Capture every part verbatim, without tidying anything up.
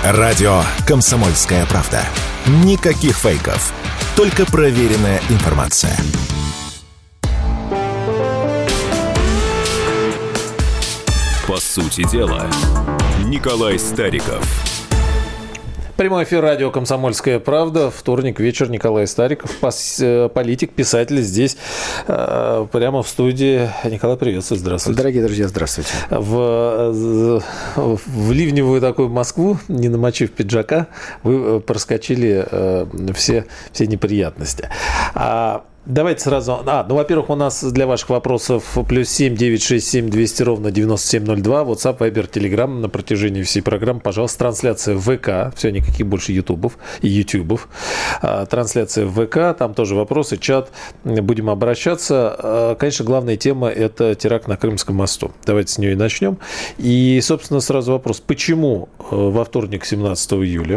Радио «Комсомольская правда». Никаких фейков. Только проверенная информация. По сути дела, Николай Стариков. Прямой эфир радио «Комсомольская правда». Вторник, вечер. Николай Стариков, политик, писатель, здесь прямо в студии. Николай, приветствую, здравствуйте. Дорогие друзья, здравствуйте. В, в ливневую такую Москву, не намочив пиджака, вы проскочили все, все неприятности. А давайте сразу... А, ну, во-первых, у нас для ваших вопросов плюс семь девятьсот шестьдесят семь двести ровно девяносто семь ноль два. WhatsApp, Viber, Telegram на протяжении всей программы. Пожалуйста, трансляция в ВК. Все, никаких больше ютубов и ютубов. А, трансляция в ВК. Там тоже вопросы, чат. Будем обращаться. А, конечно, главная тема – это теракт на Крымском мосту. Давайте с нее и начнем. И, собственно, сразу вопрос. Почему во вторник, семнадцатого июля,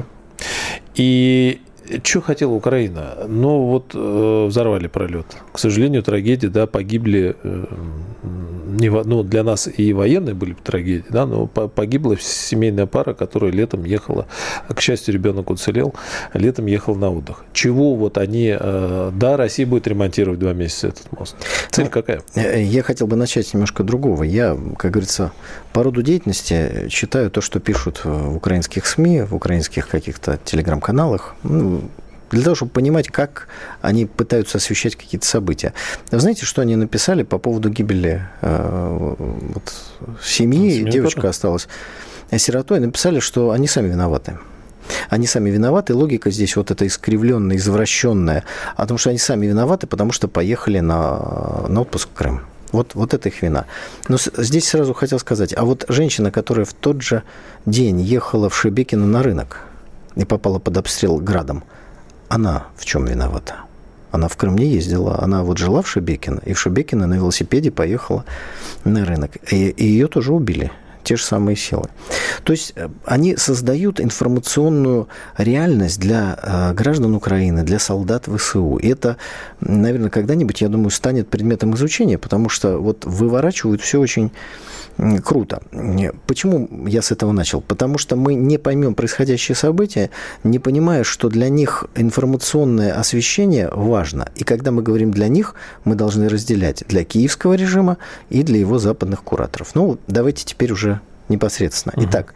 и... Что хотела Украина? Ну, вот э, взорвали пролет. К сожалению, трагедия, да, погибли, э, не, ну, для нас и военные были трагедии, да, но погибла семейная пара, которая летом ехала, к счастью, ребенок уцелел, летом ехал на отдых. Чего вот они, э, да, Россия будет ремонтировать два месяца этот мост. Цель ну, какая? Я хотел бы начать немножко другого. Я, как говорится, по роду деятельности читаю то, что пишут в украинских СМИ, в украинских каких-то телеграм-каналах, ну, для того, чтобы понимать, как они пытаются освещать какие-то события. Вы знаете, что они написали по поводу гибели э, вот, семьи? Семья девочка тоже осталась сиротой. Написали, что они сами виноваты. Они сами виноваты. Логика здесь вот эта искривленная, извращенная. О том, что они сами виноваты, потому что поехали на, на отпуск в Крым. Вот, вот это их вина. Но здесь сразу хотел сказать, а вот женщина, которая в тот же день ехала в Шебекино на рынок и попала под обстрел градом, она в чем виновата? Она в Крым не ездила, она вот жила в Шебекино, и в Шебекино на велосипеде поехала на рынок. И, и ее тоже убили, те же самые силы. То есть они создают информационную реальность для граждан Украины, для солдат ВСУ. И это, наверное, когда-нибудь, я думаю, станет предметом изучения, потому что вот выворачивают все очень круто. Почему я с этого начал? Потому что мы не поймем происходящие события, не понимая, что для них информационное освещение важно. И когда мы говорим «для них», мы должны разделять для киевского режима и для его западных кураторов. Ну, давайте теперь уже непосредственно. Угу. Итак,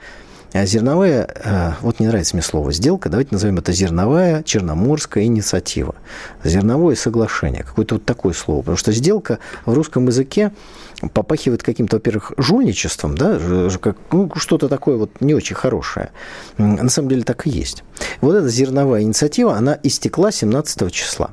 зерновая, вот не нравится мне слово «сделка», давайте назовем это зерновая черноморская инициатива. Зерновое соглашение, какое-то вот такое слово. Потому что сделка в русском языке попахивает каким-то, во-первых, жульничеством, да, как, ну, что-то такое вот не очень хорошее. На самом деле так и есть. Вот эта зерновая инициатива, она истекла семнадцатого числа.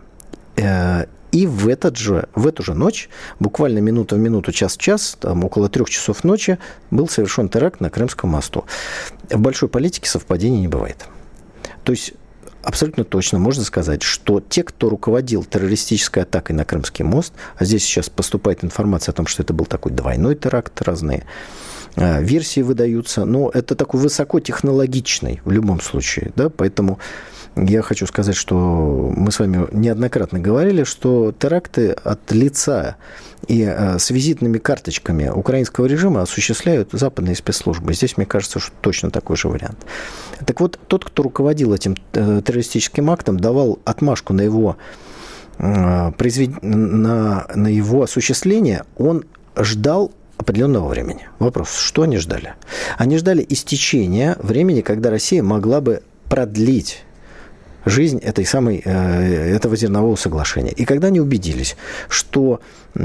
И в, этот же, в эту же ночь, буквально минута в минуту, час в час, там, около трех часов ночи, был совершен теракт на Крымском мосту. В большой политике совпадений не бывает. То есть абсолютно точно можно сказать, что те, кто руководил террористической атакой на Крымский мост, а здесь сейчас поступает информация о том, что это был такой двойной теракт, разные версии выдаются, но это такой высокотехнологичный в любом случае, да, поэтому я хочу сказать, что мы с вами неоднократно говорили, что теракты от лица и с визитными карточками украинского режима осуществляют западные спецслужбы. Здесь, мне кажется, что точно такой же вариант. Так вот, тот, кто руководил этим террористическим актом, давал отмашку на его, произвед... на, на его осуществление, он ждал определенного времени. Вопрос, что они ждали? Они ждали истечения времени, когда Россия могла бы продлить жизнь этой самой, этого зернового соглашения. И когда они убедились, что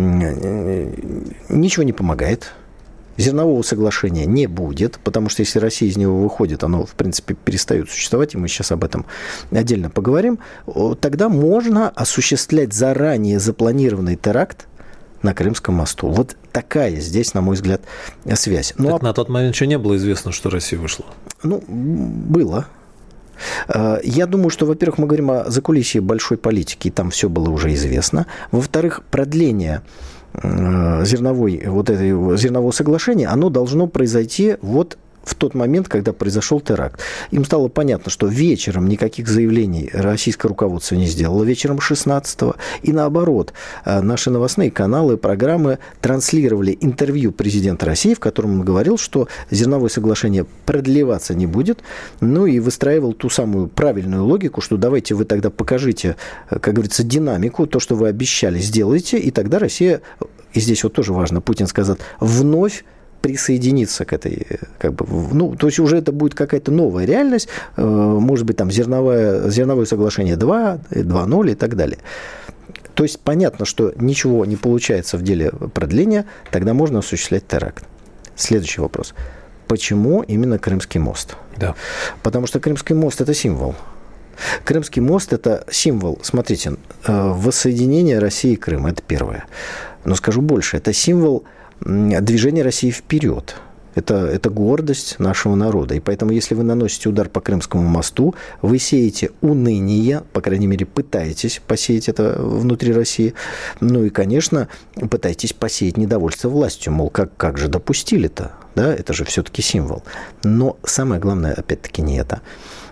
ничего не помогает, зернового соглашения не будет, потому что если Россия из него выходит, оно, в принципе, перестает существовать, и мы сейчас об этом отдельно поговорим, тогда можно осуществлять заранее запланированный теракт на Крымском мосту. Вот такая здесь, на мой взгляд, связь. Ну, так а... на тот момент еще не было известно, что Россия вышла? Ну, было. Я думаю, что, во-первых, мы говорим о закулисье большой политики, и там все было уже известно. Во-вторых, продление зерновой, вот этой, зернового соглашения, оно должно произойти вот в тот момент, когда произошел теракт. Им стало понятно, что вечером никаких заявлений российское руководство не сделало, вечером шестнадцатого. И наоборот, наши новостные каналы, программы транслировали интервью президента России, в котором он говорил, что зерновое соглашение продлеваться не будет, ну и выстраивал ту самую правильную логику, что давайте вы тогда покажите, как говорится, динамику, то, что вы обещали, сделайте, и тогда Россия, и здесь вот тоже важно, Путин сказал, вновь присоединиться к этой, как бы, ну, то есть уже это будет какая-то новая реальность, может быть, там зерновое, зерновое соглашение два, два ноль и так далее. То есть понятно, что ничего не получается в деле продления, тогда можно осуществлять теракт. Следующий вопрос. Почему именно Крымский мост? Да. Потому что Крымский мост – это символ. Крымский мост – это символ, смотрите, воссоединения России и Крыма, это первое. Но скажу больше, это символ движение России вперед. Это, это гордость нашего народа. И поэтому, если вы наносите удар по Крымскому мосту, вы сеете уныние, по крайней мере, пытаетесь посеять это внутри России. Ну и, конечно, пытаетесь посеять недовольство властью. Мол, как, как же допустили-то? Да? Это же все-таки символ. Но самое главное, опять-таки, не это.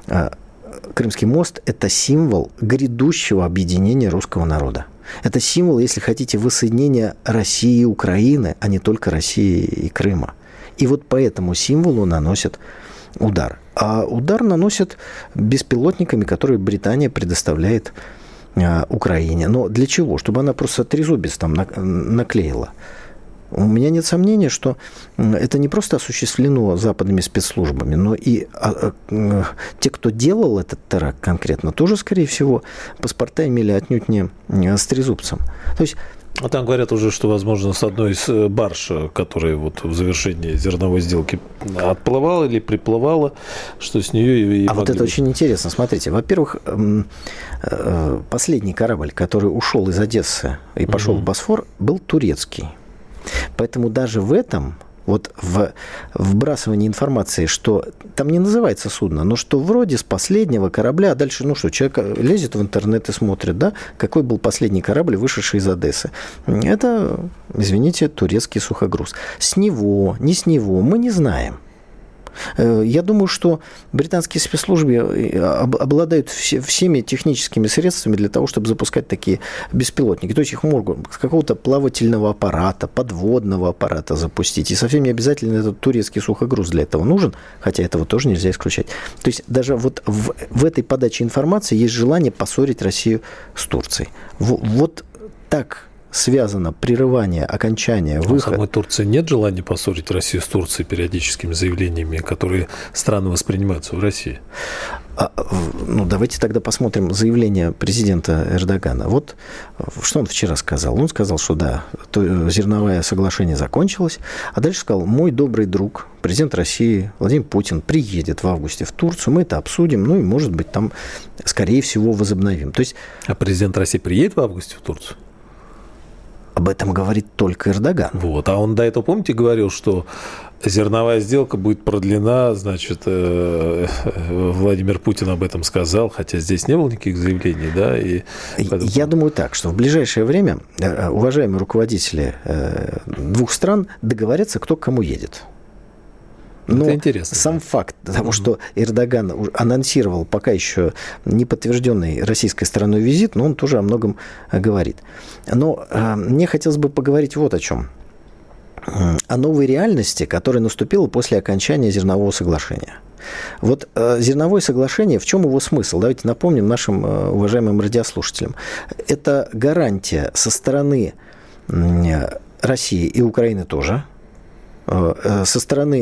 Крымский мост – это символ грядущего объединения русского народа. Это символ, если хотите, воссоединения России и Украины, а не только России и Крыма. И вот по этому символу наносят удар. А удар наносят беспилотниками, которые Британия предоставляет а, Украине. Но для чего? Чтобы она просто трезубец там наклеила. У меня нет сомнения, что это не просто осуществлено западными спецслужбами, но и те, кто делал этот теракт конкретно, тоже, скорее всего, паспорта имели отнюдь не с трезубцем. То есть а там говорят уже, что, возможно, с одной из барж, которая вот в завершении зерновой сделки отплывала или приплывала, что с нее и А вот это быть. Очень интересно. Смотрите, во-первых, последний корабль, который ушел из Одессы и пошел угу. в Босфор, был турецкий. Поэтому даже в этом, вот в вбрасывании информации, что там не называется судно, но что вроде с последнего корабля, а дальше, ну что, человек лезет в интернет и смотрит, да, какой был последний корабль, вышедший из Одессы. Это, извините, турецкий сухогруз. С него, не с него, мы не знаем. Я думаю, что британские спецслужбы обладают всеми техническими средствами для того, чтобы запускать такие беспилотники. То есть их могут с какого-то плавательного аппарата, подводного аппарата запустить. И совсем не обязательно этот турецкий сухогруз для этого нужен, хотя этого тоже нельзя исключать. То есть даже вот в, в этой подаче информации есть желание поссорить Россию с Турцией. Вот так связано прерывание, окончание, выход. У самой Турции нет желания поссорить Россию с Турцией периодическими заявлениями, которые странно воспринимаются в России? А, ну, давайте тогда посмотрим заявление президента Эрдогана. Вот что он вчера сказал. Он сказал, что да, то зерновое соглашение закончилось, а дальше сказал, мой добрый друг, президент России Владимир Путин приедет в августе в Турцию, мы это обсудим, ну и, может быть, там, скорее всего, возобновим. То есть... А президент России приедет в августе в Турцию? Об этом говорит только Эрдоган. Вот. А он до этого, помните, говорил, что зерновая сделка будет продлена, значит, Владимир Путин об этом сказал, хотя здесь не было никаких заявлений, да? И Я думаю так, что в ближайшее время уважаемые руководители двух стран договорятся, кто к кому едет. Но это интересно, сам да. факт того, что Эрдоган анонсировал пока еще не подтвержденный российской стороной визит, но он тоже о многом говорит. Но э, мне хотелось бы поговорить вот о чем. О новой реальности, которая наступила после окончания зернового соглашения. Вот э, зерновое соглашение, в чем его смысл? Давайте напомним нашим э, уважаемым радиослушателям. Это гарантия со стороны э, России и Украины тоже, со стороны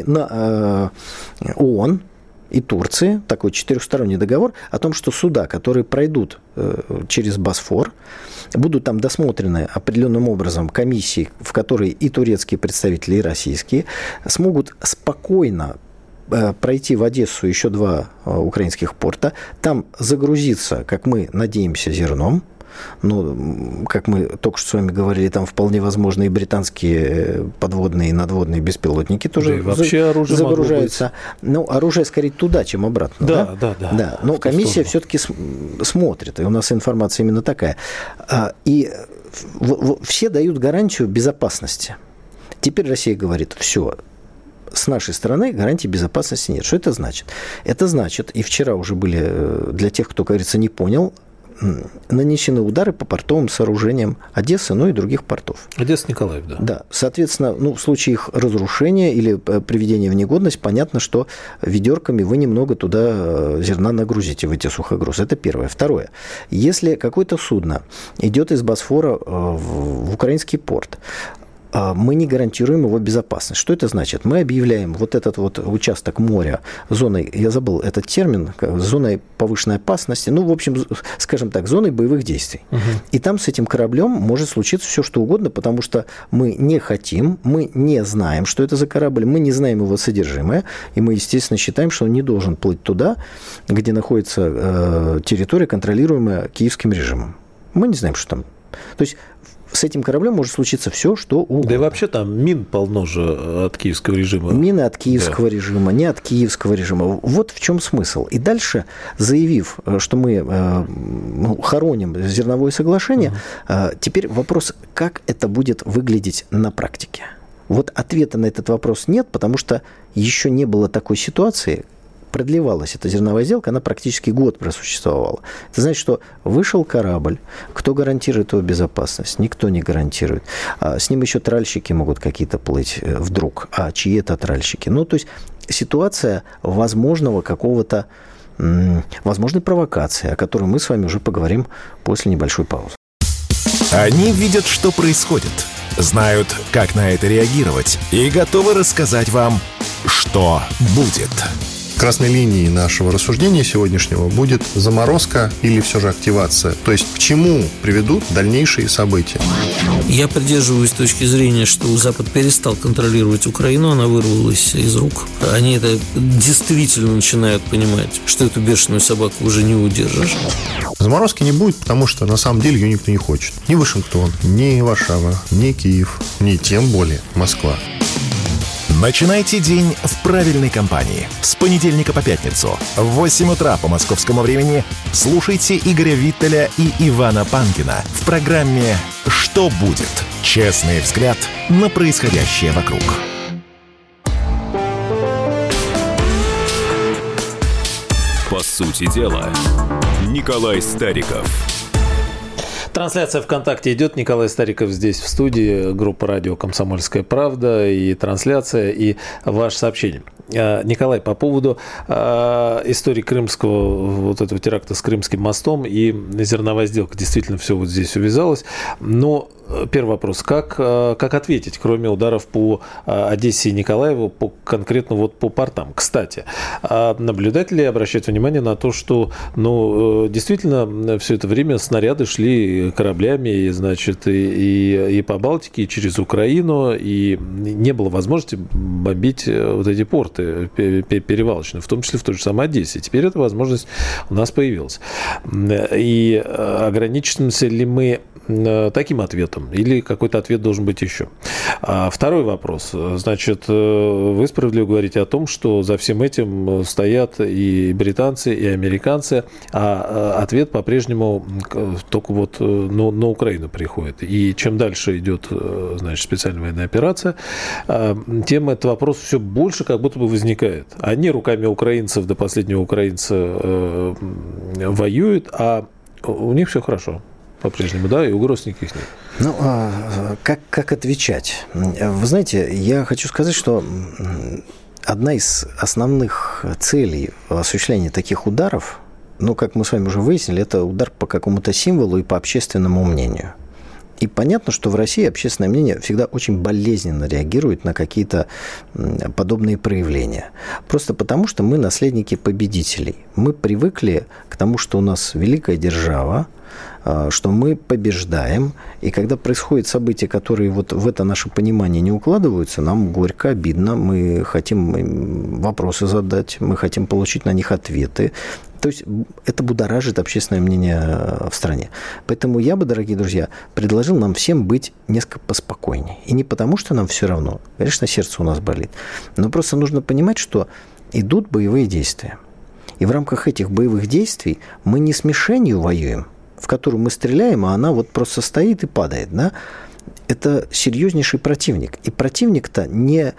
ООН и Турции, такой четырехсторонний договор о том, что суда, которые пройдут через Босфор, будут там досмотрены определенным образом комиссии, в которой и турецкие представители, и российские, смогут спокойно пройти в Одессу еще два украинских порта, там загрузиться, как мы надеемся, зерном. Ну, как мы только что с вами говорили, там вполне возможно и британские подводные и надводные беспилотники тоже да, вообще за, загружаются. Ну, оружие скорее туда, чем обратно. Да, да, да. да. да. Но комиссия все-таки смотрит, и у нас информация именно такая. И все дают гарантию безопасности. Теперь Россия говорит, все, с нашей стороны гарантии безопасности нет. Что это значит? Это значит, и вчера уже были, для тех, кто, как говорится, не понял, нанесены удары по портовым сооружениям Одессы, ну и других портов. Одесса, Николаев, да. Да. Соответственно, ну, в случае их разрушения или приведения в негодность, понятно, что ведерками вы немного туда зерна нагрузите, в эти сухогрузы. Это первое. Второе. Если какое-то судно идет из Босфора в украинский порт, мы не гарантируем его безопасность. Что это значит? Мы объявляем вот этот вот участок моря зоной, я забыл этот термин, зоной повышенной опасности, ну, в общем, скажем так, зоной боевых действий. Угу. И там с этим кораблем может случиться все, что угодно, потому что мы не хотим, мы не знаем, что это за корабль, мы не знаем его содержимое, и мы, естественно, считаем, что он не должен плыть туда, где находится э, территория, контролируемая киевским режимом. Мы не знаем, что там. То есть с этим кораблем может случиться все, что угодно. Да и вообще там мин полно же от киевского режима. Мины от киевского да. режима, не от киевского режима. Вот в чем смысл. И дальше, заявив, что мы э, хороним зерновое соглашение, uh-huh. э, теперь вопрос, как это будет выглядеть на практике. Вот ответа на этот вопрос нет, потому что еще не было такой ситуации. Продлевалась эта зерновая сделка, она практически год просуществовала. Это значит, что вышел корабль, кто гарантирует его безопасность? Никто не гарантирует. С ним еще тральщики могут какие-то плыть вдруг. А чьи это тральщики? Ну, то есть ситуация возможного какого-то, возможной провокации, о которой мы с вами уже поговорим после небольшой паузы. Они видят, что происходит, знают, как на это реагировать, и готовы рассказать вам, что будет. Красной линией нашего рассуждения сегодняшнего будет заморозка или все же активация. То есть к чему приведут дальнейшие события? Я придерживаюсь точки зрения, что Запад перестал контролировать Украину, она вырвалась из рук. Они это действительно начинают понимать, что эту бешеную собаку уже не удержишь. Заморозки не будет, потому что на самом деле ее никто не хочет. Ни Вашингтон, ни Варшава, ни Киев, ни тем более Москва. Начинайте день в правильной компании. С понедельника по пятницу в восемь утра по московскому времени слушайте Игоря Виттеля и Ивана Панкина в программе «Что будет?». Честный взгляд на происходящее вокруг. По сути дела, Николай Стариков. Трансляция ВКонтакте идет. Николай Стариков здесь в студии. Группа радио «Комсомольская правда». И трансляция, и ваше сообщение. Николай, по поводу истории крымского, вот этого теракта с Крымским мостом и зерновая сделка. Действительно, все вот здесь увязалось. Но первый вопрос. Как, как ответить, кроме ударов по Одессе и Николаеву, по, конкретно вот по портам? Кстати, наблюдатели обращают внимание на то, что ну, действительно все это время снаряды шли кораблями, и, значит, и, и, и по Балтике, и через Украину, и не было возможности бомбить вот эти порты перевалочные, в том числе в той же самой Одессе. Теперь эта возможность у нас появилась. И ограничимся ли мы таким ответом, или какой-то ответ должен быть еще? Второй вопрос. Значит, вы справедливо говорите о том, что за всем этим стоят и британцы, и американцы, а ответ по-прежнему только вот на, на Украину приходит. И чем дальше идет, значит, специальная военная операция, тем этот вопрос все больше как будто бы возникает. Они руками украинцев до последнего украинца воюют, а у них все хорошо. По-прежнему, да, и угроз никаких нет. Ну, а как, как отвечать? Вы знаете, я хочу сказать, что одна из основных целей осуществления таких ударов, ну, как мы с вами уже выяснили, это удар по какому-то символу и по общественному мнению. И понятно, что в России общественное мнение всегда очень болезненно реагирует на какие-то подобные проявления. Просто потому, что мы наследники победителей. Мы привыкли к тому, что у нас великая держава, что мы побеждаем, и когда происходят события, которые вот в это наше понимание не укладываются, нам горько, обидно, мы хотим вопросы задать, мы хотим получить на них ответы. То есть это будоражит общественное мнение в стране. Поэтому я бы, дорогие друзья, предложил нам всем быть несколько поспокойнее. И не потому, что нам все равно. Конечно, сердце у нас болит. Но просто нужно понимать, что идут боевые действия. И в рамках этих боевых действий мы не с мишенью воюем, в которую мы стреляем, а она вот просто стоит и падает. Да? Это серьезнейший противник. И противник-то не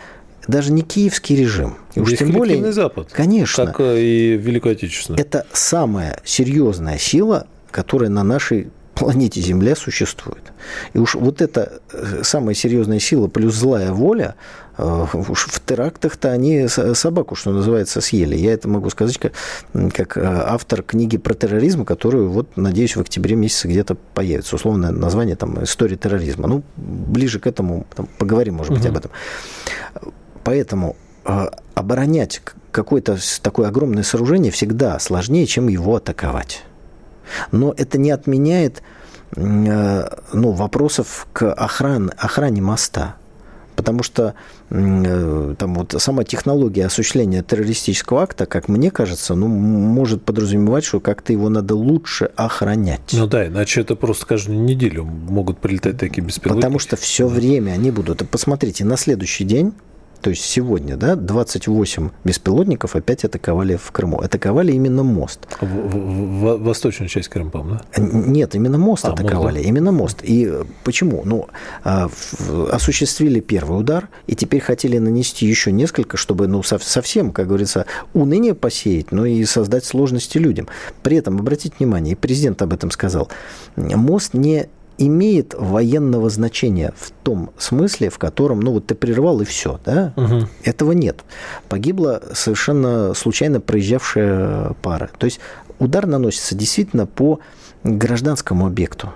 даже не киевский режим. И уж Есть тем более, Запад, конечно, как и Великую Отечественную. Это самая серьезная сила, которая на нашей планете Земля существует. И уж вот эта самая серьезная сила плюс злая воля, уж в терактах-то они собаку, что называется, съели. Я это могу сказать как, как автор книги про терроризм, которую, вот, надеюсь, в октябре месяце где-то появится. Условное название там «История терроризма». Ну, ближе к этому там, поговорим, может быть, угу. об этом. Поэтому оборонять какое-то такое огромное сооружение всегда сложнее, чем его атаковать. Но это не отменяет ну, вопросов к охране, охране моста. Потому что там вот сама технология осуществления террористического акта, как мне кажется, ну, может подразумевать, что как-то его надо лучше охранять. Ну да, иначе это просто каждую неделю могут прилетать такие беспилотники. Потому что все время они будут. Посмотрите, на следующий день, то есть сегодня, да, двадцать восемь беспилотников опять атаковали в Крыму. Атаковали именно мост. В, в, в восточную часть Крыма, по-моему, да? Нет, именно мост а, атаковали. Мост, да? Именно мост. И почему? Ну, осуществили первый удар, и теперь хотели нанести еще несколько, чтобы, ну, совсем, как говорится, уныние посеять, но и создать сложности людям. При этом, обратите внимание, и президент об этом сказал, мост не имеет военного значения в том смысле, в котором, ну, вот ты прервал и все, да? Угу. Этого нет. Погибла совершенно случайно проезжавшая пара. То есть удар наносится действительно по гражданскому объекту.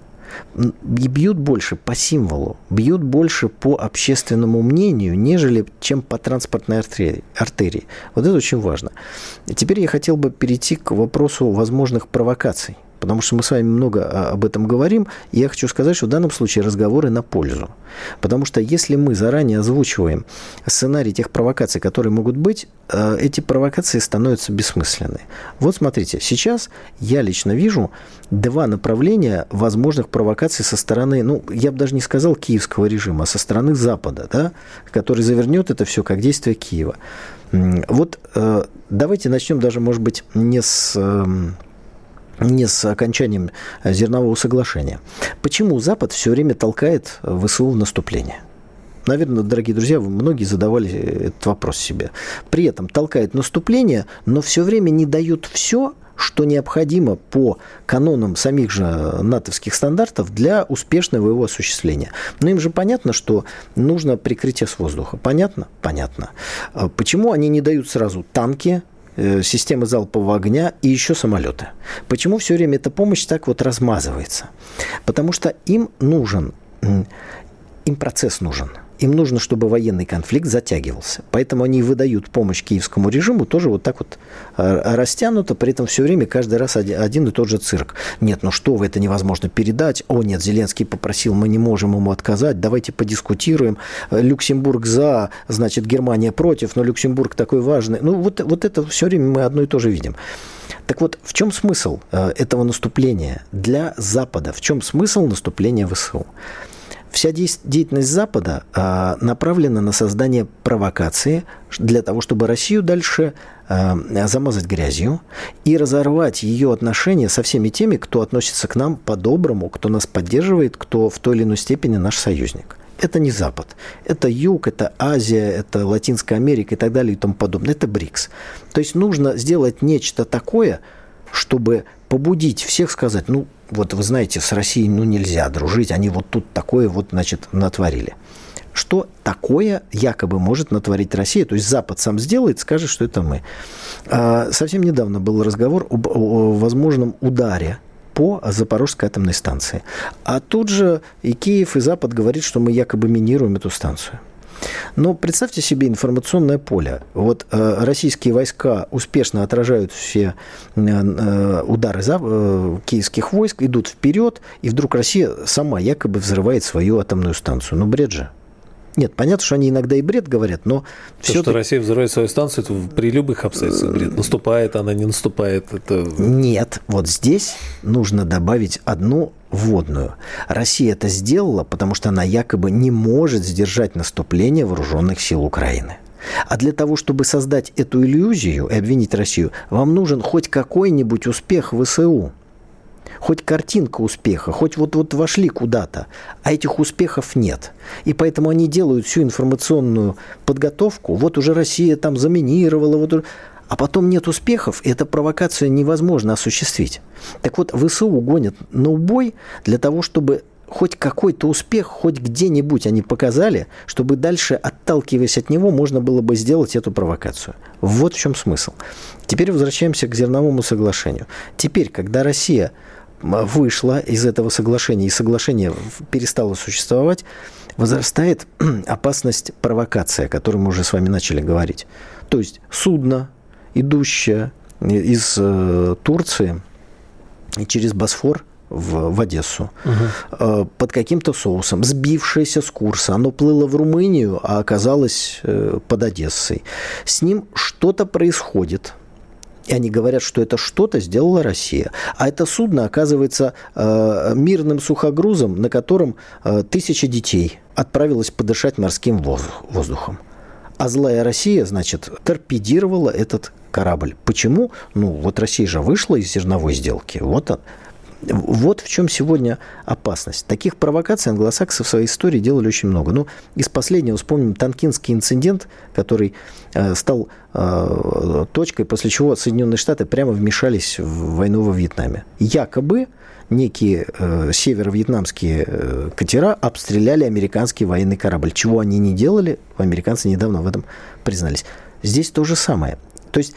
И бьют больше по символу, бьют больше по общественному мнению, нежели чем по транспортной артерии. артерии. Вот это очень важно. Теперь я хотел бы перейти к вопросу возможных провокаций. Потому что мы с вами много об этом говорим, и я хочу сказать, что в данном случае разговоры на пользу. Потому что если мы заранее озвучиваем сценарий тех провокаций, которые могут быть, эти провокации становятся бессмысленны. Вот смотрите, сейчас я лично вижу два направления возможных провокаций со стороны, ну, я бы даже не сказал киевского режима, а со стороны Запада, да, который завернет это все как действие Киева. Вот давайте начнем даже, может быть, не с... не с окончанием зернового соглашения. Почему Запад все время толкает ВСУ в наступление? Наверное, дорогие друзья, вы многие задавали этот вопрос себе. При этом толкает наступление, но все время не дают все, что необходимо по канонам самих же натовских стандартов для успешного его осуществления. Но им же понятно, что нужно прикрытие с воздуха. Понятно? Понятно. Почему они не дают сразу танки, системы залпового огня и еще самолеты? Почему все время эта помощь так вот размазывается? Потому что им нужен, им процесс нужен. Им нужно, чтобы военный конфликт затягивался. Поэтому они выдают помощь киевскому режиму тоже вот так вот растянуто, при этом все время каждый раз один и тот же цирк. Нет, ну что вы, это невозможно передать. О, нет, Зеленский попросил, мы не можем ему отказать, давайте подискутируем. Люксембург за, значит, Германия против, но Люксембург такой важный. Ну вот, вот это все время мы одно и то же видим. Так вот, в чем смысл этого наступления для Запада? В чем смысл наступления ВСУ? Вся деятельность Запада а, направлена на создание провокации для того, чтобы Россию дальше а, замазать грязью и разорвать ее отношения со всеми теми, кто относится к нам по-доброму, кто нас поддерживает, кто в той или иной степени наш союзник. Это не Запад. Это Юг, это Азия, это Латинская Америка и так далее и тому подобное. Это БРИКС. То есть нужно сделать нечто такое, чтобы побудить всех сказать, ну, вот вы знаете, с Россией ну, нельзя дружить, они вот тут такое вот, значит, натворили. Что такое якобы может натворить Россия? То есть Запад сам сделает, скажет, что это мы. Совсем недавно был разговор об, о возможном ударе по Запорожской атомной станции. А тут же и Киев, и Запад говорит, что мы якобы минируем эту станцию. Но представьте себе информационное поле. Вот э, российские войска успешно отражают все э, удары за, э, киевских войск, идут вперед, и вдруг Россия сама якобы взрывает свою атомную станцию. Ну, бред же. Нет, понятно, что они иногда и бред говорят, но... То, что Россия взрывает свою станцию, это при любых обстоятельствах бред. Наступает она, не наступает. Это... Нет, вот здесь нужно добавить одну вводную. Россия это сделала, потому что она якобы не может сдержать наступление вооруженных сил Украины. А для того, чтобы создать эту иллюзию и обвинить Россию, вам нужен хоть какой-нибудь успех в ВСУ. хоть картинка успеха, хоть вот-вот вошли куда-то, а этих успехов нет. И поэтому они делают всю информационную подготовку. Вот уже Россия там заминировала, вот, а потом нет успехов, и эту провокацию невозможно осуществить. Так вот, ВСУ гонят на убой для того, чтобы хоть какой-то успех, хоть где-нибудь они показали, чтобы дальше, отталкиваясь от него, можно было бы сделать эту провокацию. Вот в чем смысл. Теперь возвращаемся к зерновому соглашению. Теперь, когда Россия вышла из этого соглашения, и соглашение перестало существовать, возрастает опасность провокации, о которой мы уже с вами начали говорить. То есть судно, идущее из Турции через Босфор в, в Одессу, угу. под каким-то соусом, сбившееся с курса, оно плыло в Румынию, а оказалось под Одессой. С ним что-то происходит. И они говорят, что это что-то сделала Россия. А это судно оказывается э, мирным сухогрузом, на котором э, тысяча детей отправилось подышать морским воздух, воздухом. А злая Россия, значит, торпедировала этот корабль. Почему? Ну, вот Россия же вышла из зерновой сделки. Вот он. Вот в чем сегодня опасность. Таких провокаций англосаксы в своей истории делали очень много. Ну, из последнего вспомним Тонкинский инцидент, который э, стал э, точкой, после чего Соединенные Штаты прямо вмешались в войну во Вьетнаме. Якобы некие э, северо-вьетнамские э, катера обстреляли американский военный корабль. Чего они не делали, американцы недавно в этом признались. Здесь то же самое. То есть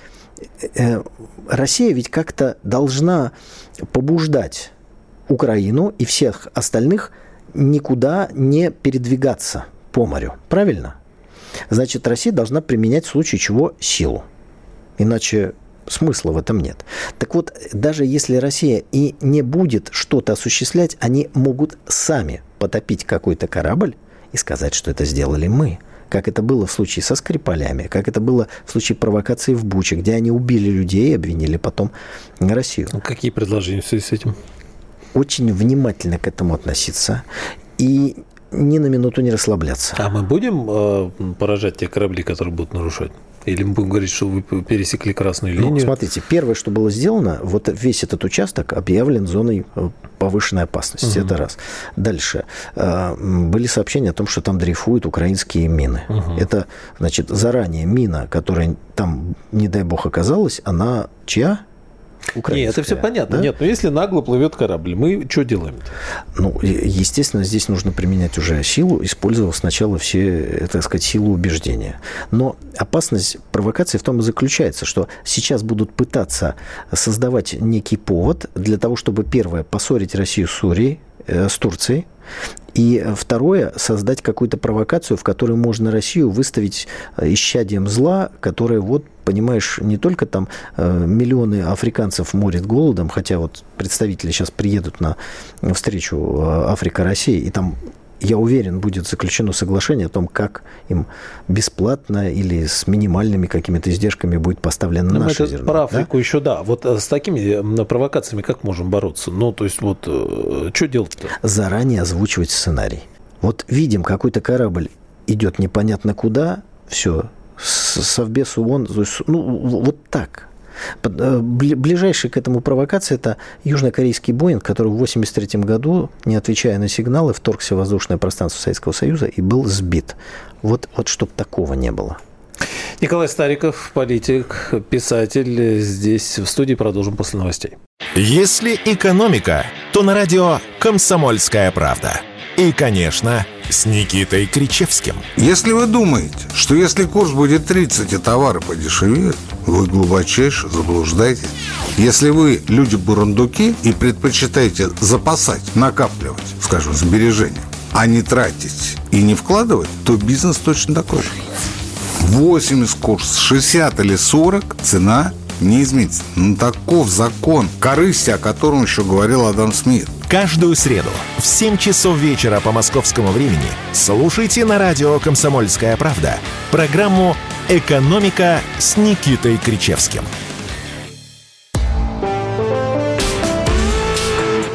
Россия ведь как-то должна побуждать Украину и всех остальных никуда не передвигаться по морю. Правильно? Значит, Россия должна применять в случае чего силу. Иначе смысла в этом нет. Так вот, даже если Россия и не будет что-то осуществлять, они могут сами потопить какой-то корабль и сказать, что это сделали мы. Как это было в случае со Скрипалями, как это было в случае провокации в Буче, где они убили людей и обвинили потом Россию. Какие предложения в связи с этим? Очень внимательно к этому относиться и ни на минуту не расслабляться. А мы будем э, поражать те корабли, которые будут нарушать? Или мы будем говорить, что вы пересекли красную линию? Ну, смотрите, первое, что было сделано, вот весь этот участок объявлен зоной повышенной опасности. Угу. Это раз. Дальше. Были сообщения о том, что там дрейфуют украинские мины. Угу. Это, значит, заранее мина, которая там, не дай бог, оказалась, она чья? Украинская. Нет, это все понятно. Да? Нет, но если нагло плывет корабль, мы что делаем-то? Ну, естественно, здесь нужно применять уже силу, использовав сначала все, так сказать, силу убеждения. Но опасность провокации в том и заключается, что сейчас будут пытаться создавать некий повод для того, чтобы, первое, поссорить Россию с Сурией, э, с Турцией, и второе, создать какую-то провокацию, в которой можно Россию выставить исчадием зла, которое, вот, понимаешь, не только там миллионы африканцев морят голодом, хотя вот представители сейчас приедут на встречу Африка-Россия, и там, я уверен, будет заключено соглашение о том, как им бесплатно или с минимальными какими-то издержками будет поставлено ну, наше зерно. Про Африку да? еще да. Вот с такими провокациями как можем бороться? Ну, то есть, вот, что делать-то? Заранее озвучивать сценарий. Вот видим, какой-то корабль идет непонятно куда, все, Совбез ООН, ну, вот так. Ближайшая к этому провокация – это южнокорейский Боинг, который в восемьдесят третьем году, не отвечая на сигналы, вторгся в воздушное пространство Советского Союза и был сбит. Вот, вот чтобы такого не было. Николай Стариков, политик, писатель, здесь в студии. Продолжим после новостей. Если экономика, то на радио «Комсомольская правда». И, конечно, с Никитой Кричевским. Если вы думаете, что если курс будет тридцать, и товары подешевеют, вы глубочайше заблуждаетесь. Если вы люди-бурундуки и предпочитаете запасать, накапливать, скажем, сбережения, а не тратить и не вкладывать, то бизнес точно такой же. восемьдесят курс, шестьдесят или сорок, цена не изменится. Ну, таков закон корысти, о котором еще говорил Адам Смит. Каждую среду в семь часов вечера по московскому времени слушайте на радио «Комсомольская правда» программу «Экономика» с Никитой Кричевским.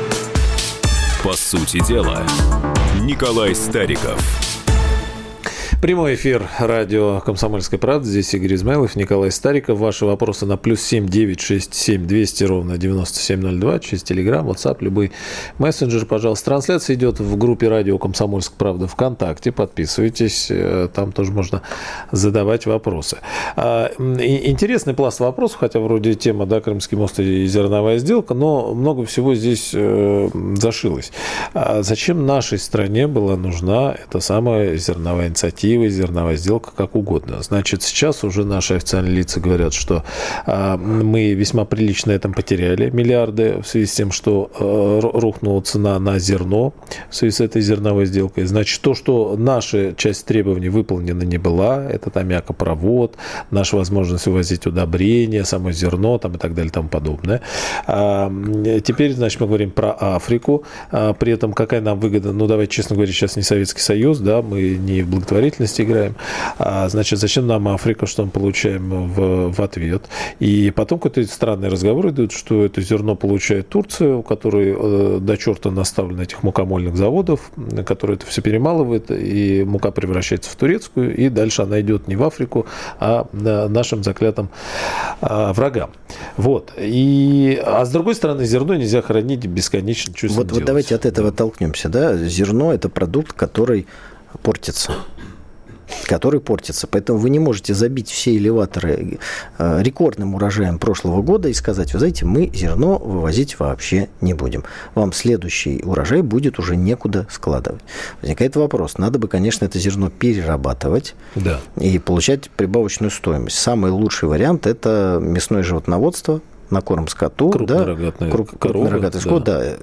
По сути дела, Николай Стариков. Прямой эфир радио «Комсомольская правда». Здесь Игорь Измайлов, Николай Стариков. Ваши вопросы на плюс семь девять шесть семь двести ровно девяносто семь ноль два через Телеграм, WhatsApp, любой мессенджер, пожалуйста. Трансляция идет в группе радио «Комсомольская правда» ВКонтакте. Подписывайтесь, там тоже можно задавать вопросы. Интересный пласт вопросов, хотя вроде тема, да, Крымский мост и зерновая сделка, но много всего здесь зашилось. Зачем нашей стране была нужна эта самая зерновая инициатива, зерновая сделка, как угодно? Значит, сейчас уже наши официальные лица говорят, что а, мы весьма прилично на этом потеряли миллиарды в связи с тем, что а, рухнула цена на зерно в связи с этой зерновой сделкой. Значит, то, что наша часть требований выполнена не была, это там аммиакопровод, наша возможность вывозить удобрения, само зерно там, и так далее и тому подобное. А, теперь, значит, мы говорим про Африку. А, при этом какая нам выгода? Ну, давайте честно говоря, сейчас не Советский Союз, да, мы не в благотворительности играем. А, значит, зачем нам Африка, что мы получаем в, в ответ? И потом какие-то странные разговоры идут, что это зерно получает Турция, у которой э, до черта наставлено этих мукомольных заводов, которые это все перемалывает, и мука превращается в турецкую, и дальше она идет не в Африку, а нашим заклятым а, врагам. Вот. И, а с другой стороны, зерно нельзя хранить бесконечно. Вот, вот давайте от этого оттолкнемся. Да? Зерно – это продукт, который портится. который портится. Поэтому вы не можете забить все элеваторы рекордным урожаем прошлого года и сказать, вы знаете, мы зерно вывозить вообще не будем. Вам следующий урожай будет уже некуда складывать. Возникает вопрос. Надо бы, конечно, это зерно перерабатывать, да, и получать прибавочную стоимость. Самый лучший вариант – это мясное животноводство, на корм скоту. Крупнорогатная, да, крупнорогатый скот, да. да.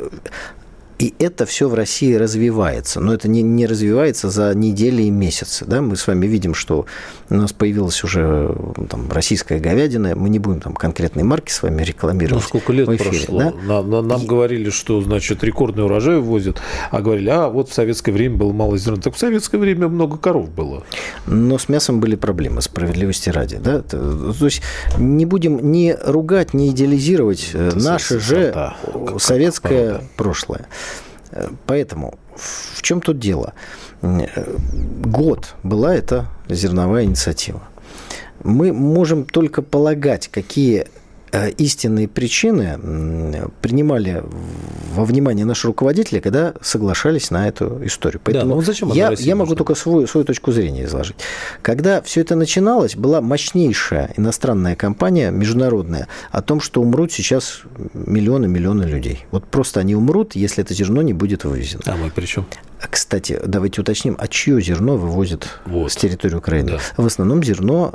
И это все в России развивается. Но это не, не развивается за недели и месяцы. Да? Мы с вами видим, что у нас появилась уже там, российская говядина. Мы не будем там конкретные марки с вами рекламировать. Ну, сколько лет в эфире, прошло? Да? На, на, нам и... говорили, что, значит, рекордный урожай ввозят, а говорили, а вот в советское время было мало зерна. Так в советское время много коров было. Но с мясом были проблемы, справедливости ради. Да? То есть не будем ни ругать, ни идеализировать это наше же да, советское как прошлое. Поэтому в чем тут дело? Год была эта зерновая инициатива. Мы можем только полагать, какие истинные причины принимали во внимание наши руководители, когда соглашались на эту историю. Поэтому да, ну зачем я, я могу только свою, свою точку зрения изложить. Когда все это начиналось, была мощнейшая иностранная компания, международная, о том, что умрут сейчас миллионы-миллионы людей. Вот просто они умрут, если это зерно не будет вывезено. А мы при чем? Кстати, давайте уточним, а чье зерно вывозят вот. с территории Украины? Да. В основном зерно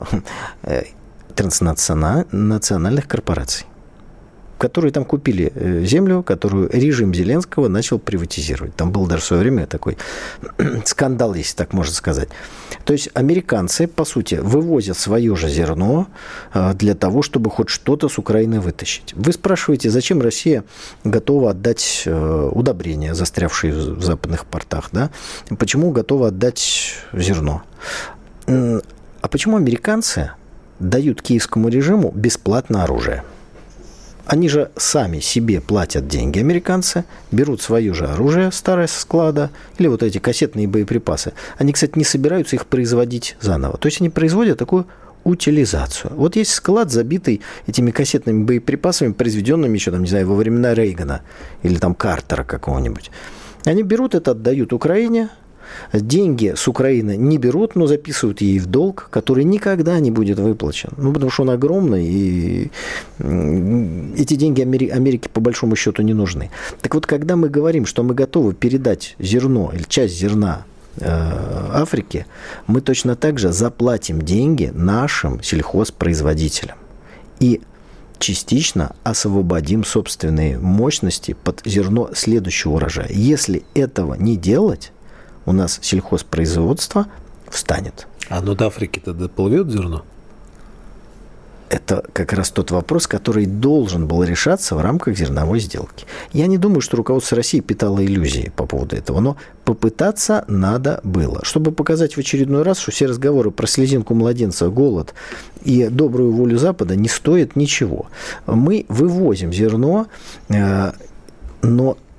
транснациональных корпораций, которые там купили землю, которую режим Зеленского начал приватизировать. Там был даже в свое время такой скандал, если так можно сказать. То есть американцы, по сути, вывозят свое же зерно для того, чтобы хоть что-то с Украины вытащить. Вы спрашиваете, зачем Россия готова отдать удобрения, застрявшие в западных портах? Да? Почему готова отдать зерно? А почему американцы дают киевскому режиму бесплатно оружие? Они же сами себе платят деньги, американцы, берут свое же оружие старое со склада, или вот эти кассетные боеприпасы. Они, кстати, не собираются их производить заново. То есть они производят такую утилизацию. Вот есть склад, забитый этими кассетными боеприпасами, произведенными еще, там, не знаю, во времена Рейгана или там Картера какого-нибудь. Они берут это, отдают Украине. Деньги с Украины не берут, но записывают ей в долг, который никогда не будет выплачен. Ну, потому что он огромный, и эти деньги Америке по большому счету не нужны. Так вот, когда мы говорим, что мы готовы передать зерно или часть зерна Африке, мы точно так же заплатим деньги нашим сельхозпроизводителям. И частично освободим собственные мощности под зерно следующего урожая. Если этого не делать, у нас сельхозпроизводство встанет. А ну до Африки-то доплывет зерно? Это как раз тот вопрос, который должен был решаться в рамках зерновой сделки. Я не думаю, что руководство России питало иллюзии по поводу этого, но попытаться надо было, чтобы показать в очередной раз, что все разговоры про слезинку младенца, голод и добрую волю Запада не стоят ничего. Мы вывозим зерно, но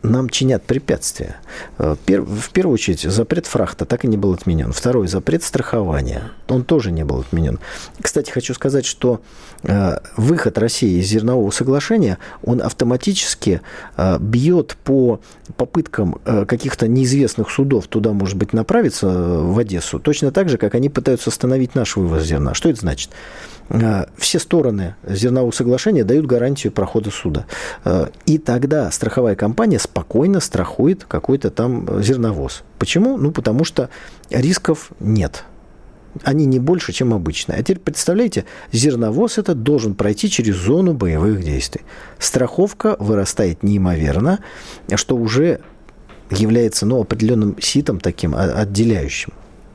нам чинят препятствия. В первую очередь, запрет фрахта так и не был отменен. Второй, запрет страхования. Он тоже не был отменен. Кстати, хочу сказать, что выход России из зернового соглашения, он автоматически бьет по попыткам каких-то неизвестных судов туда, может быть, направиться в Одессу, точно так же, как они пытаются остановить наш вывоз зерна. Что это значит? Все стороны зернового соглашения дают гарантию прохода суда. И тогда страховая компания спокойно страхует какой-то там зерновоз. Почему? Ну, потому что рисков нет. Они не больше, чем обычно. А теперь представляете, зерновоз этот должен пройти через зону боевых действий. Страховка вырастает неимоверно, что уже является, ну, определенным ситом таким отделяющим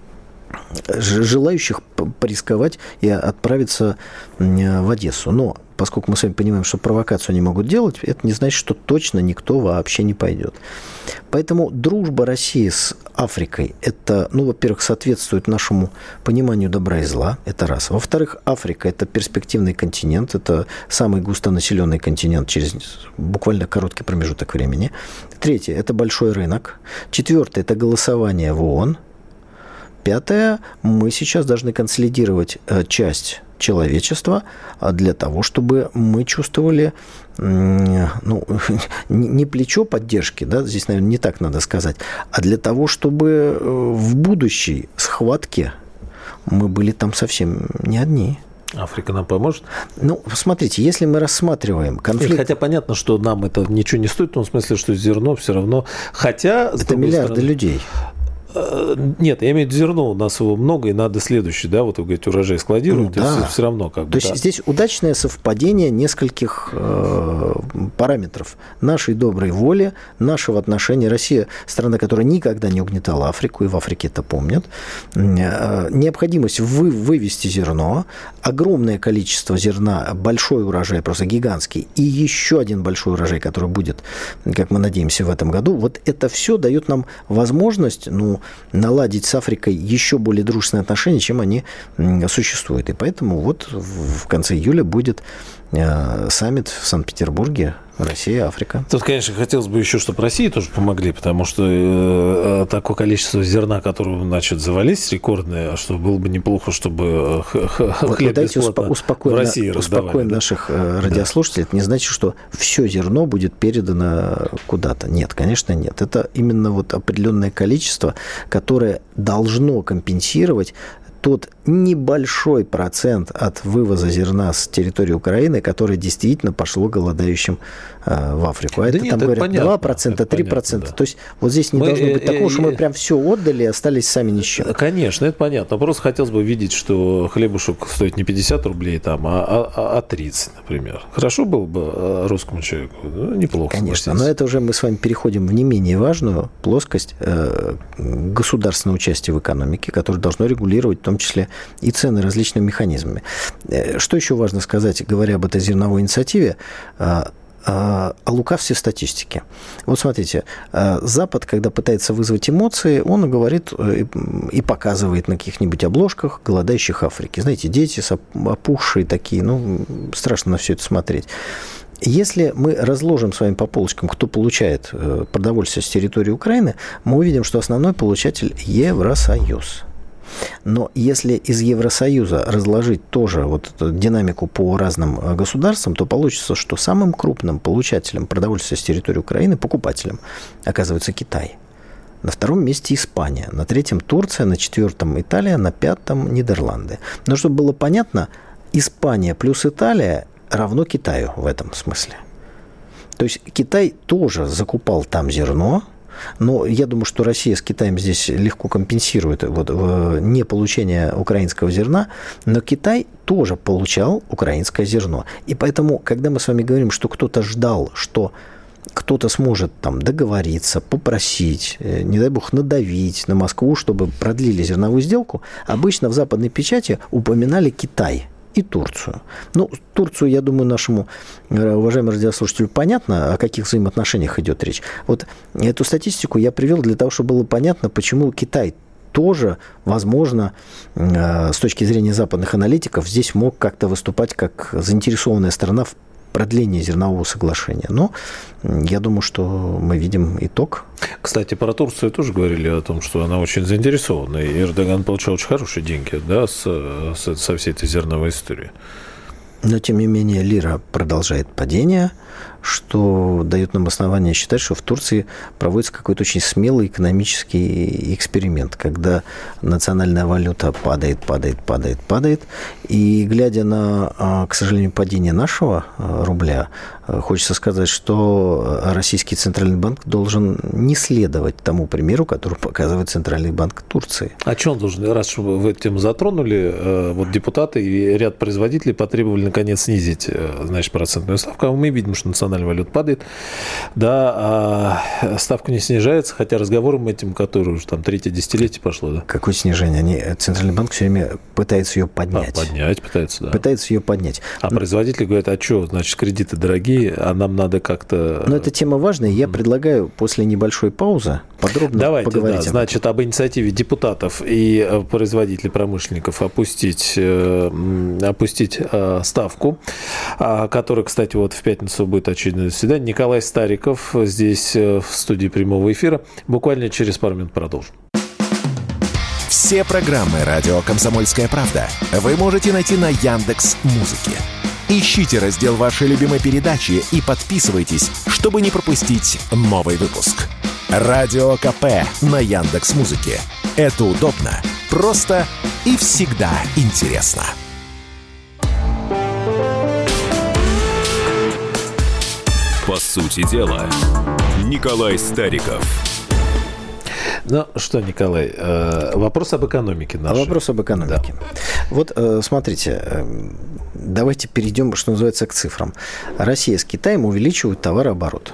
желающих порисковать и отправиться в Одессу. Но поскольку мы с вами понимаем, что провокацию они могут делать, это не значит, что точно никто вообще не пойдет. Поэтому дружба России с Африкой, это, ну, во-первых, соответствует нашему пониманию добра и зла, это раз. Во-вторых, Африка – это перспективный континент, это самый густонаселенный континент через буквально короткий промежуток времени. Третье – это большой рынок. Четвертое – это голосование в ООН. Пятое, мы сейчас должны консолидировать часть человечества для того, чтобы мы чувствовали, ну, не плечо поддержки, да, здесь, наверное, не так надо сказать, а для того, чтобы в будущей схватке мы были там совсем не одни. Африка нам поможет? Ну, смотрите, если мы рассматриваем конфликт... Хотя понятно, что нам это ничего не стоит, в том смысле, что зерно все равно... Хотя... Это миллиарды стороны... людей. Нет, я имею в виду зерно, у нас его много, и надо следующий, да, вот вы говорите, урожай складируют, ну, да. все, все равно как бы. То есть да. Здесь удачное совпадение нескольких э, параметров. Нашей доброй воли, нашего отношения. Россия – страна, которая никогда не угнетала Африку, и в Африке это помнят. Э, необходимость вы, вывести зерно, огромное количество зерна, большой урожай, просто гигантский, и еще один большой урожай, который будет, как мы надеемся, в этом году. Вот это все дает нам возможность, ну, наладить с Африкой еще более дружественные отношения, чем они существуют. И поэтому вот в конце июля будет саммит в Санкт-Петербурге Россия, Африка. Тут, конечно, хотелось бы еще, чтобы России тоже помогли, потому что э, такое количество зерна, которое, значит, завались рекордное, что было бы неплохо, чтобы вот хлеб бесплатно успоко... в России раздавали. Успокоим да? наших радиослушателей. Да. Это не значит, что все зерно будет передано куда-то. Нет, конечно, нет. Это именно вот определенное количество, которое должно компенсировать тот небольшой процент от вывоза зерна с территории Украины, которое действительно пошло голодающим э, в Африку. А да это нет, там это говорят два процента, три процента. Да. То есть вот здесь не мы, должно быть такого, э, что мы прям все отдали и остались сами ни с чем. Конечно, это понятно. Просто хотелось бы видеть, что хлебушек стоит не пятьдесят рублей, там, а, а, а тридцать, например. Хорошо было бы русскому человеку? Ну, неплохо. Конечно, но это уже мы с вами переходим в не менее важную плоскость э, государственного участия в экономике, которое должно регулировать в том числе и цены различными механизмами. Что еще важно сказать, говоря об этой зерновой инициативе, о лукавстве статистики. Вот смотрите, Запад, когда пытается вызвать эмоции, он говорит и показывает на каких-нибудь обложках голодающих Африки. Знаете, дети опухшие такие, ну, страшно на все это смотреть. Если мы разложим с вами по полочкам, кто получает продовольствие с территории Украины, мы увидим, что основной получатель – Евросоюз. Но если из Евросоюза разложить тоже вот эту динамику по разным государствам, то получится, что самым крупным получателем продовольствия с территории Украины, покупателем, оказывается Китай. На втором месте Испания, на третьем Турция, на четвертом Италия, на пятом Нидерланды. Но чтобы было понятно, Испания плюс Италия равно Китаю в этом смысле. То есть Китай тоже закупал там зерно, но я думаю, что Россия с Китаем здесь легко компенсирует вот, не получение украинского зерна, но Китай тоже получал украинское зерно. И поэтому, когда мы с вами говорим, что кто-то ждал, что кто-то сможет там договориться, попросить, не дай бог, надавить на Москву, чтобы продлили зерновую сделку, обычно в западной печати упоминали Китай и Турцию. Ну, Турцию, я думаю, нашему уважаемому радиослушателю понятно, о каких взаимоотношениях идет речь. Вот эту статистику я привел для того, чтобы было понятно, почему Китай тоже, возможно, с точки зрения западных аналитиков, здесь мог как-то выступать как заинтересованная сторона в продление зернового соглашения. Но я думаю, что мы видим итог. Кстати, про Турцию тоже говорили о том, что она очень заинтересована. И Эрдоган получал очень хорошие деньги, да, с, с, со всей этой зерновой историей. Но, тем не менее, лира продолжает падение, что дает нам основание считать, что в Турции проводится какой-то очень смелый экономический эксперимент, когда национальная валюта падает, падает, падает, падает. И глядя на, к сожалению, падение нашего рубля, хочется сказать, что Российский Центральный банк должен не следовать тому примеру, который показывает Центральный банк Турции. А что он должен? Раз вы эту тему затронули, вот депутаты и ряд производителей потребовали наконец снизить, значит, процентную ставку. А мы видим, что национальная валюта падает. Да, а ставка не снижается, хотя разговором этим, который уже там третье десятилетие пошло. Да? Какое снижение? Они, Центральный банк все время пытается ее поднять. А, поднять пытается, да. Пытается ее поднять. А Но... производители говорят, а что, значит, кредиты дорогие, а нам надо как-то... Но эта тема важная. Я предлагаю после небольшой паузы подробно Давайте, поговорить. Да. Значит, об инициативе депутатов и производителей, промышленников опустить, опустить ставку, которая, кстати, вот в пятницу будет очередное заседание. Николай Стариков здесь в студии прямого эфира. Буквально через пару минут продолжим. Все программы «Радио Комсомольская правда» вы можете найти на Яндекс.Музыке. Ищите раздел вашей любимой передачи и подписывайтесь, чтобы не пропустить новый выпуск. Радио КП на Яндекс.Музыке. Это удобно, просто и всегда интересно. По сути дела, Николай Стариков. Ну что, Николай, вопрос об экономике нашей. Вопрос об экономике. Да. Вот смотрите, давайте перейдем, что называется, к цифрам. Россия с Китаем увеличивают товарооборот.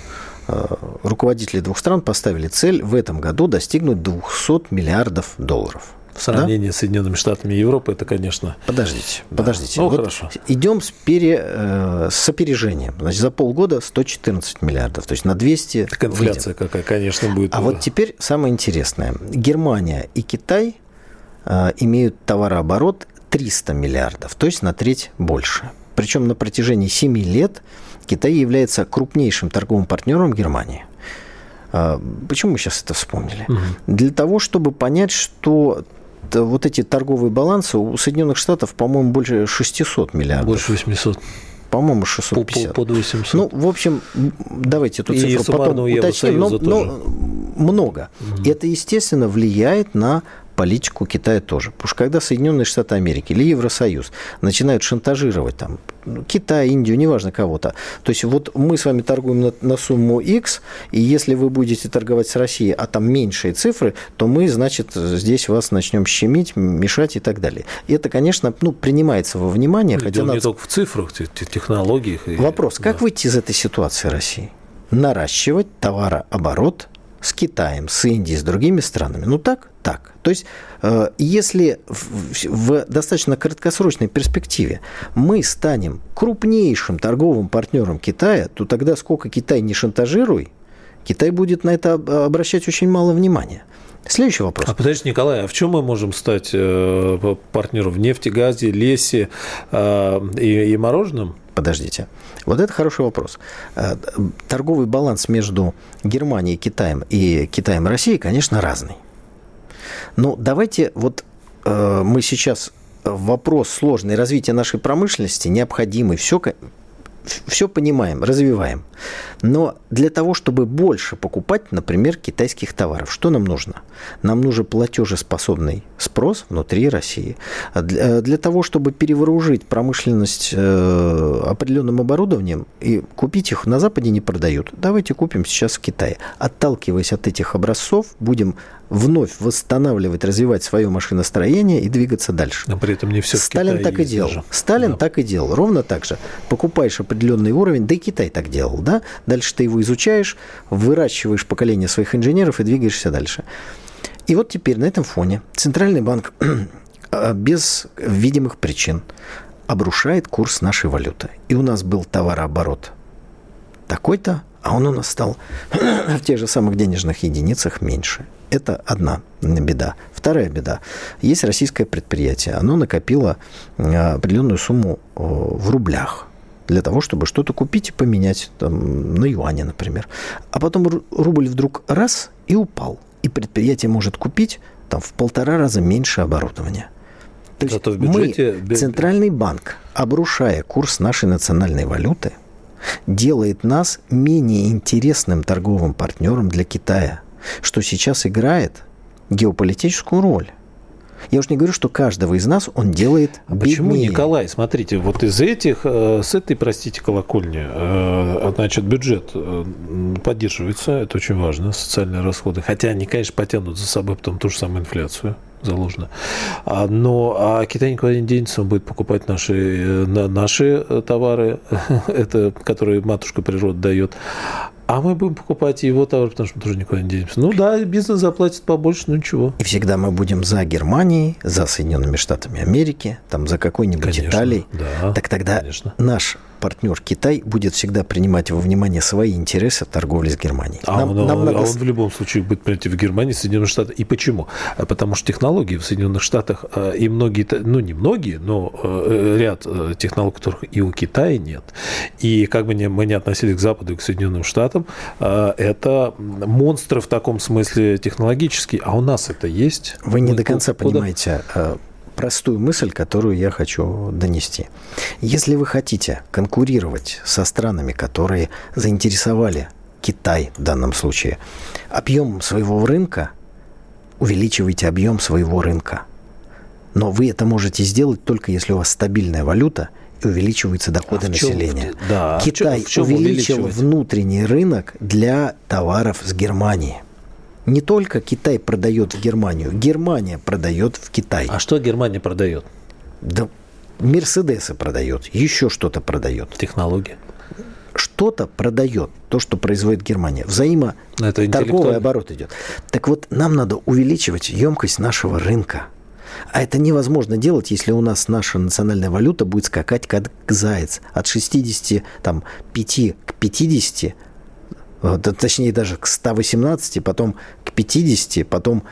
Руководители двух стран поставили цель в этом году достигнуть двухсот миллиардов долларов. В сравнении да? с Соединенными Штатами Европы, это, конечно... Подождите, да. подождите. Ну, вот хорошо. Идем с, пере, э, с опережением. Значит, за полгода сто четырнадцать миллиардов, то есть на двести... Так инфляция выйдем. Какая, конечно, будет... А вот теперь самое интересное. Германия и Китай э, имеют товарооборот триста миллиардов, то есть на треть больше. Причем на протяжении семи лет Китай является крупнейшим торговым партнером Германии. Э, почему мы сейчас это вспомнили? Угу. Для того, чтобы понять, что... Вот эти торговые балансы у Соединенных Штатов, по-моему, больше шестисот миллиардов. Больше восьмисот. По-моему, шестьсот пятьдесят. Под восемьсот. Ну, в общем, давайте эту цифру потом уточним. Но, но много. Угу. Это, естественно, влияет на политику Китая тоже. Потому что когда Соединенные Штаты Америки или Евросоюз начинают шантажировать там, Китай, Индию, неважно кого-то, то есть вот мы с вами торгуем на, на сумму X, и если вы будете торговать с Россией, а там меньшие цифры, то мы, значит, здесь вас начнем щемить, мешать и так далее. И это, конечно, ну, принимается во внимание. Хотя дело надо... не только в цифрах, в технологиях. И... Вопрос, как да. выйти из этой ситуации России? Наращивать товарооборот с Китаем, с Индией, с другими странами. Ну так, так. То есть, э, если в, в достаточно краткосрочной перспективе мы станем крупнейшим торговым партнером Китая, то тогда сколько Китай не шантажируй, Китай будет на это обращать очень мало внимания. Следующий вопрос. А подождите, Николай, а в чем мы можем стать э, партнером? В нефти, газе, лесе э, и, и мороженом? Подождите. Вот это хороший вопрос. Торговый баланс между Германией, Китаем и Китаем и Россией, конечно, разный. Но давайте вот э, мы сейчас вопрос сложный развития нашей промышленности, необходимый, все, все понимаем, развиваем. Но для того, чтобы больше покупать, например, китайских товаров, что нам нужно? Нам нужен платежеспособный спрос внутри России. Для, для того, чтобы перевооружить промышленность э, определенным оборудованием, и купить их на Западе не продают, давайте купим сейчас в Китае. Отталкиваясь от этих образцов, будем вновь восстанавливать, развивать свое машиностроение и двигаться дальше. Но при этом не все Сталин так и делал. Даже. Сталин да. так и делал. Ровно так же. Покупаешь определенный уровень, да и Китай так делал, да? Дальше ты его изучаешь, выращиваешь поколение своих инженеров и двигаешься дальше. И вот теперь на этом фоне Центральный банк без видимых причин обрушает курс нашей валюты. И у нас был товарооборот такой-то, а он у нас стал в тех же самых денежных единицах меньше. Это одна беда. Вторая беда. Есть российское предприятие. Оно накопило определенную сумму в рублях. для того, чтобы что-то купить и поменять там, на юане, например. А потом рубль вдруг раз и упал. И предприятие может купить там, в полтора раза меньше оборудования. То есть в бюджете... мы, Центральный банк, обрушая курс нашей национальной валюты, делает нас менее интересным торговым партнером для Китая, что сейчас играет геополитическую роль. Я уж не говорю, что каждого из нас он делает а беднее. Почему, Николай, смотрите, вот из этих, с этой, простите, колокольни, значит, бюджет поддерживается, это очень важно, социальные расходы, хотя они, конечно, потянут за собой потом ту же самую инфляцию. Заложено. Но а Китай никуда не денется, он будет покупать наши, наши товары, это, которые матушка природа дает. А мы будем покупать его товары, потому что мы тоже никуда не денемся. Ну да, бизнес заплатит побольше, ну ничего. И всегда мы будем за Германией, за Соединенными Штатами Америки, там за какой-нибудь конечно, Италией. Да, так тогда конечно. Наш партнер Китай будет всегда принимать во внимание свои интересы в торговле с Германией. А, нам, он, нам надо... а он в любом случае будет принять в Германии, Соединенных Штатах. И почему? Потому что технологии в Соединенных Штатах и многие, ну не многие, но ряд технологий, которых и у Китая нет. И как бы мы не относились к Западу и к Соединенным Штатам, это монстры в таком смысле технологические. А у нас это есть? Вы не мы до конца куда... понимаете простую мысль, которую я хочу донести. Если вы хотите конкурировать со странами, которые заинтересовали Китай в данном случае, объемом своего рынка, увеличивайте объем своего рынка. Но вы это можете сделать только если у вас стабильная валюта и увеличиваются доходы а населения. Чем, да, Китай в чем, в чем увеличил внутренний рынок для товаров с Германии. Не только Китай продает в Германию, Германия продает в Китай. А что Германия продает? Да, Мерседесы продает, еще что-то продает. Технологии. Что-то продает, то, что производит Германия. Взаимоторговый оборот идет. Так вот, нам надо увеличивать емкость нашего рынка. А это невозможно делать, если у нас наша национальная валюта будет скакать как заяц. От шестидесяти пяти к пятидесяти, точнее даже к ста восемнадцати, потом к пятидесяти, потом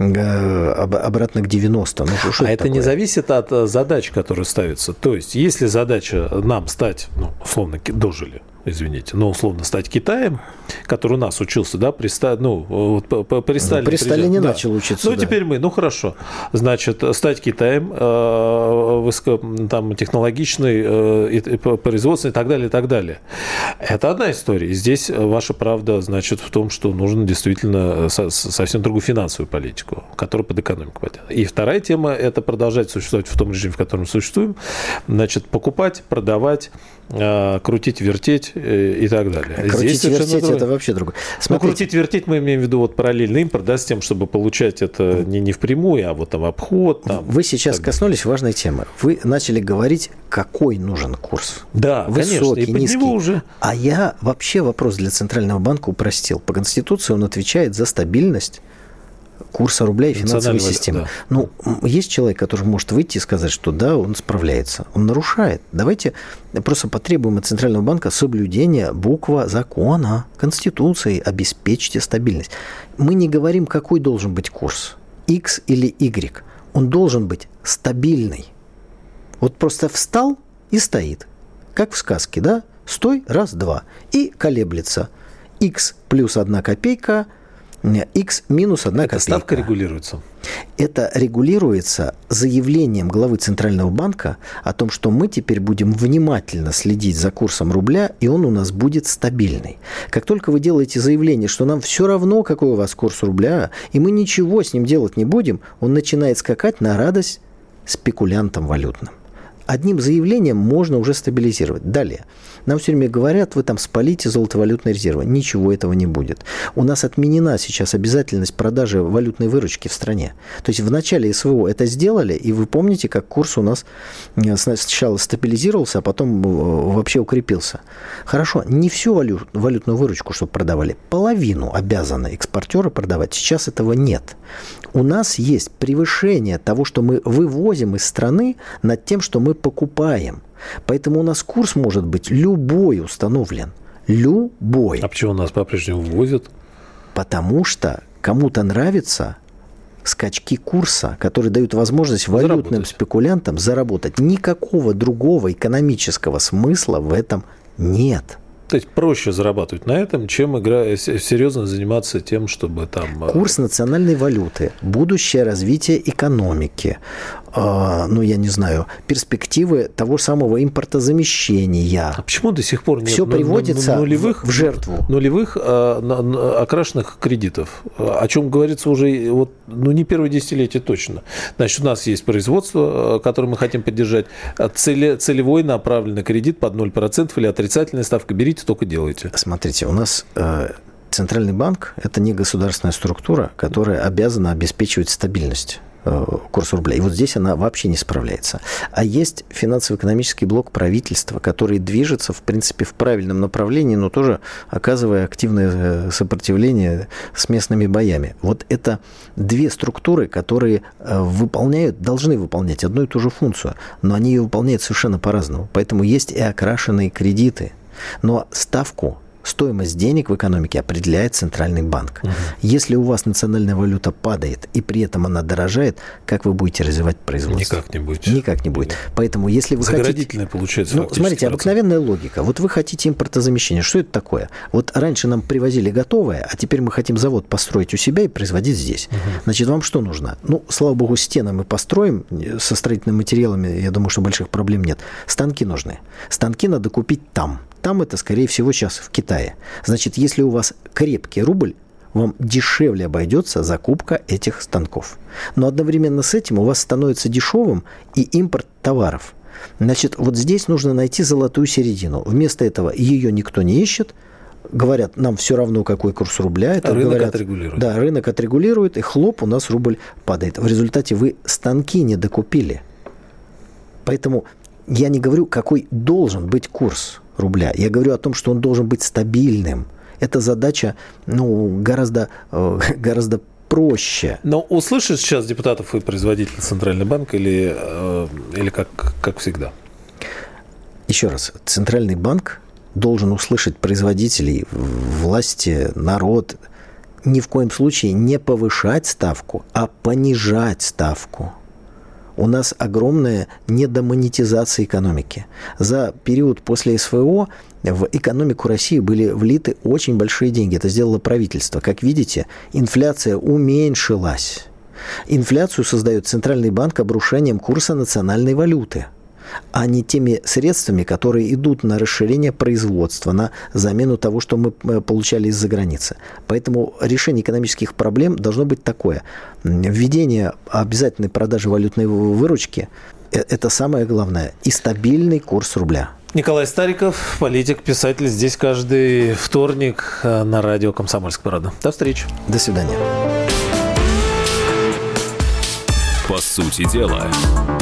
обратно к девяноста. Ну, а это, это не зависит от задач, которые ставятся. То есть, если задача нам стать, ну, условно, дожили, извините, но условно стать Китаем, который у нас учился, да, при, ну, вот, при Сталине. Ну, при Сталине да. начал учиться. Ну, да. Теперь мы, ну, хорошо. Значит, стать Китаем, э, высоко, там, технологичный, э, производственный и так далее, и так далее. Это одна история. И здесь ваша правда, значит, в том, что нужно действительно со, совсем другую финансовую политику, которая под экономику пойдет. И вторая тема – это продолжать существовать в том режиме, в котором мы существуем. Значит, покупать, продавать, э, крутить, вертеть и так далее. Крутить, здесь вертеть – это вообще другое. Ну, крутить, вертеть мы имеем в виду вот параллельный импорт, да, с тем, чтобы получать это не, не впрямую, а вот там обход. Там, Вы сейчас коснулись важной темы. Вы начали говорить, какой нужен курс. Да, высокий, конечно, и низкий. Него уже... А я вообще вопрос для Центрального банка упростил. По Конституции он отвечает за стабильность курса рубля и финансовой системы. Да. Ну, есть человек, который может выйти и сказать, что да, он справляется. Он нарушает. Давайте просто потребуем от Центрального банка соблюдения буква закона, Конституции. Обеспечьте стабильность. Мы не говорим, какой должен быть курс. X или Y. Он должен быть стабильный. Вот просто встал и стоит. Как в сказке, да? Стой, раз, два. И колеблется. X плюс одна копейка, X минус одна копейка. Эта ставка регулируется? Это регулируется заявлением главы Центрального банка о том, что мы теперь будем внимательно следить за курсом рубля, и он у нас будет стабильный. Как только вы делаете заявление, что нам все равно, какой у вас курс рубля, и мы ничего с ним делать не будем, он начинает скакать на радость спекулянтам валютным. Одним заявлением можно уже стабилизировать. Далее. Нам все время говорят, вы там спалите золотовалютные резервы. Ничего этого не будет. У нас отменена сейчас обязательность продажи валютной выручки в стране. То есть в начале СВО это сделали, и вы помните, как курс у нас сначала стабилизировался, а потом вообще укрепился. Хорошо, не всю валют, валютную выручку, чтобы продавали, половину обязаны экспортеры продавать. Сейчас этого нет. У нас есть превышение того, что мы вывозим из страны, над тем, что мы покупаем. Поэтому у нас курс может быть любой установлен. Любой. А почему у нас по-прежнему ввозят? Потому что кому-то нравится скачки курса, которые дают возможность валютным заработать. спекулянтам заработать. Никакого другого экономического смысла в этом нет. То есть проще зарабатывать на этом, чем игра, серьезно заниматься тем, чтобы там... Курс национальной валюты, будущее развитие экономики, э, ну, я не знаю, перспективы того самого импортозамещения. А почему до сих пор нет Все приводится нулевых, в, в жертву? Нулевых а, на, на, окрашенных кредитов, о чем говорится уже вот, ну, не первое десятилетие точно. Значит, у нас есть производство, которое мы хотим поддержать, цели, целевой направленный кредит под ноль процентов или отрицательная ставка, берите, только делайте. Смотрите, у нас э, Центральный банк – это не государственная структура, которая обязана обеспечивать стабильность э, курса рубля. И вот здесь она вообще не справляется. А есть финансово-экономический блок правительства, который движется, в принципе, в правильном направлении, но тоже оказывая активное сопротивление с местными боями. Вот это две структуры, которые э, выполняют, должны выполнять одну и ту же функцию, но они ее выполняют совершенно по-разному. Поэтому есть и окрашенные кредиты. Но ставку, стоимость денег в экономике определяет Центральный банк. Угу. Если у вас национальная валюта падает, и при этом она дорожает, как вы будете развивать производство? Никак не будете. Никак не будет. Поэтому если вы Заградительная хотите... получается. Ну, смотрите, обыкновенная логика. Вот вы хотите импортозамещение. Что это такое? Вот раньше нам привозили готовое, а теперь мы хотим завод построить у себя и производить здесь. Угу. Значит, вам что нужно? Ну, слава богу, стены мы построим. Со строительными материалами, я думаю, что больших проблем нет. Станки нужны. Станки надо купить там. Там это, скорее всего, сейчас в Китае. Значит, если у вас крепкий рубль, вам дешевле обойдется закупка этих станков. Но одновременно с этим у вас становится дешевым и импорт товаров. Значит, вот здесь нужно найти золотую середину. Вместо этого ее никто не ищет. Говорят, нам все равно, какой курс рубля. Это рынок говорят, отрегулирует. Да, рынок отрегулирует, и хлоп, у нас рубль падает. В результате вы станки не докупили. Поэтому я не говорю, какой должен быть курс рубля. Я говорю о том, что он должен быть стабильным. Эта задача, ну, гораздо, гораздо проще. Но услышит сейчас депутатов и производитель Центральный банк или, или как, как всегда? Еще раз. Центральный банк должен услышать производителей, власти, народ. Ни в коем случае не повышать ставку, а понижать ставку. У нас огромная недомонетизация экономики. За период после СВО в экономику России были влиты очень большие деньги. Это сделало правительство. Как видите, инфляция уменьшилась. Инфляцию создает Центральный банк обрушением курса национальной валюты, а не теми средствами, которые идут на расширение производства, на замену того, что мы получали из-за границы. Поэтому решение экономических проблем должно быть такое. Введение обязательной продажи валютной выручки – это самое главное. И стабильный курс рубля. Николай Стариков, политик, писатель, здесь каждый вторник на радио «Комсомольская правда». До встречи. До свидания. По сути дела.